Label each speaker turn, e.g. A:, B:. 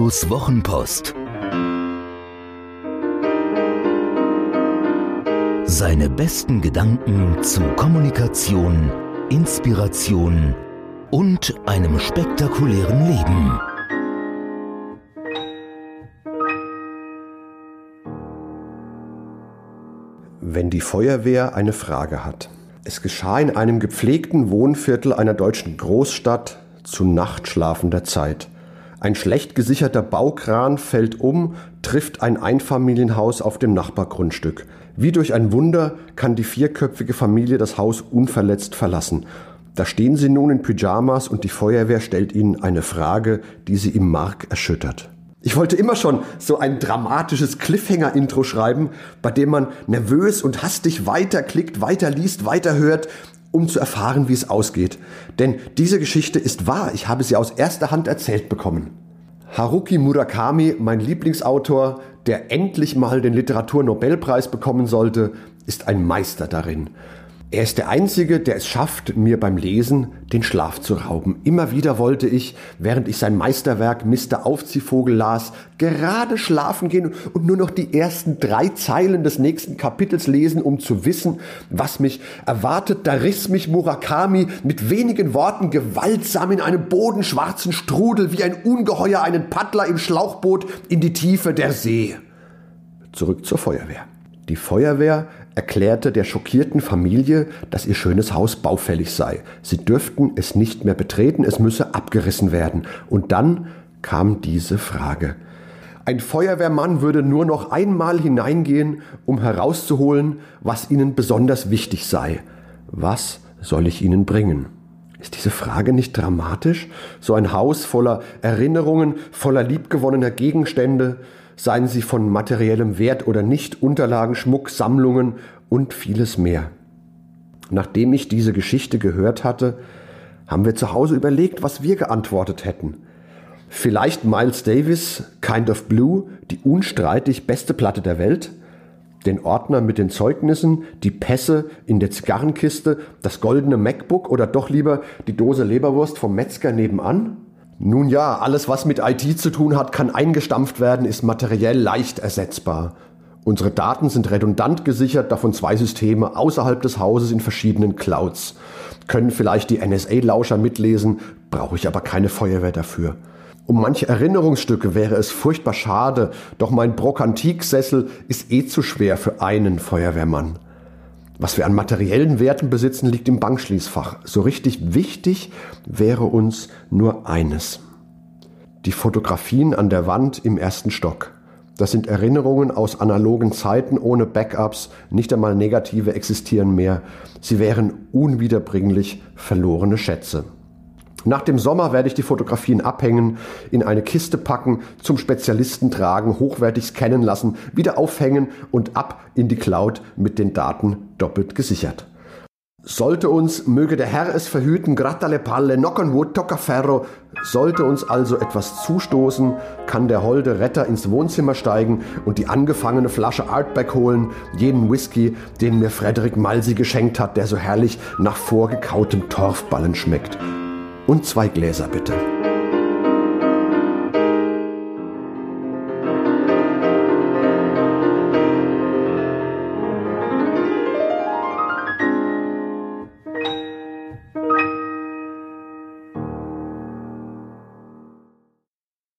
A: Studios Wochenpost. Seine besten Gedanken zu Kommunikation, Inspiration und einem spektakulären Leben.
B: Wenn die Feuerwehr eine Frage hat. Es geschah in einem gepflegten Wohnviertel einer deutschen Großstadt zu nachtschlafender Zeit. Ein schlecht gesicherter Baukran fällt um, trifft ein Einfamilienhaus auf dem Nachbargrundstück. Wie durch ein Wunder kann die vierköpfige Familie das Haus unverletzt verlassen. Da stehen sie nun in Pyjamas und die Feuerwehr stellt ihnen eine Frage, die sie im Mark erschüttert. Ich wollte immer schon so ein dramatisches Cliffhanger-Intro schreiben, bei dem man nervös und hastig weiterklickt, weiterliest, weiterhört, um zu erfahren, wie es ausgeht. Denn diese Geschichte ist wahr, ich habe sie aus erster Hand erzählt bekommen. Haruki Murakami, mein Lieblingsautor, der endlich mal den Literaturnobelpreis bekommen sollte, ist ein Meister darin. Er ist der Einzige, der es schafft, mir beim Lesen den Schlaf zu rauben. Immer wieder wollte ich, während ich sein Meisterwerk Mr. Aufziehvogel las, gerade schlafen gehen und nur noch die ersten 3 Zeilen des nächsten Kapitels lesen, um zu wissen, was mich erwartet. Da riss mich Murakami mit wenigen Worten gewaltsam in einem bodenschwarzen Strudel wie ein Ungeheuer einen Paddler im Schlauchboot in die Tiefe der See. Zurück zur Feuerwehr. Die Feuerwehr erklärte der schockierten Familie, dass ihr schönes Haus baufällig sei. Sie dürften es nicht mehr betreten, es müsse abgerissen werden. Und dann kam diese Frage. Ein Feuerwehrmann würde nur noch einmal hineingehen, um herauszuholen, was ihnen besonders wichtig sei. Was soll ich ihnen bringen? Ist diese Frage nicht dramatisch? So ein Haus voller Erinnerungen, voller liebgewonnener Gegenstände, seien sie von materiellem Wert oder nicht, Unterlagen, Schmuck, Sammlungen und vieles mehr. Nachdem ich diese Geschichte gehört hatte, haben wir zu Hause überlegt, was wir geantwortet hätten. Vielleicht Miles Davis, Kind of Blue, die unstreitig beste Platte der Welt, den Ordner mit den Zeugnissen, die Pässe in der Zigarrenkiste, das goldene MacBook oder doch lieber die Dose Leberwurst vom Metzger nebenan? Nun ja, alles was mit IT zu tun hat, kann eingestampft werden, ist materiell leicht ersetzbar. Unsere Daten sind redundant gesichert, davon 2 Systeme außerhalb des Hauses in verschiedenen Clouds. Können vielleicht die NSA-Lauscher mitlesen, brauche ich aber keine Feuerwehr dafür. Um manche Erinnerungsstücke wäre es furchtbar schade, doch mein Brokantiksessel ist zu schwer für einen Feuerwehrmann. Was wir an materiellen Werten besitzen, liegt im Bankschließfach. So richtig wichtig wäre uns nur eines. Die Fotografien an der Wand im 1. Stock. Das sind Erinnerungen aus analogen Zeiten ohne Backups, nicht einmal negative existieren mehr. Sie wären unwiederbringlich verlorene Schätze. Nach dem Sommer werde ich die Fotografien abhängen, in eine Kiste packen, zum Spezialisten tragen, hochwertig scannen lassen, wieder aufhängen und ab in die Cloud mit den Daten doppelt gesichert. Sollte uns, möge der Herr es verhüten, gratta le palle, knock on wood, tocca ferro, sollte uns also etwas zustoßen, kann der holde Retter ins Wohnzimmer steigen und die angefangene Flasche Artback holen, jenen Whisky, den mir Frederick Malsi geschenkt hat, der so herrlich nach vorgekautem Torfballen schmeckt. Und 2 Gläser bitte.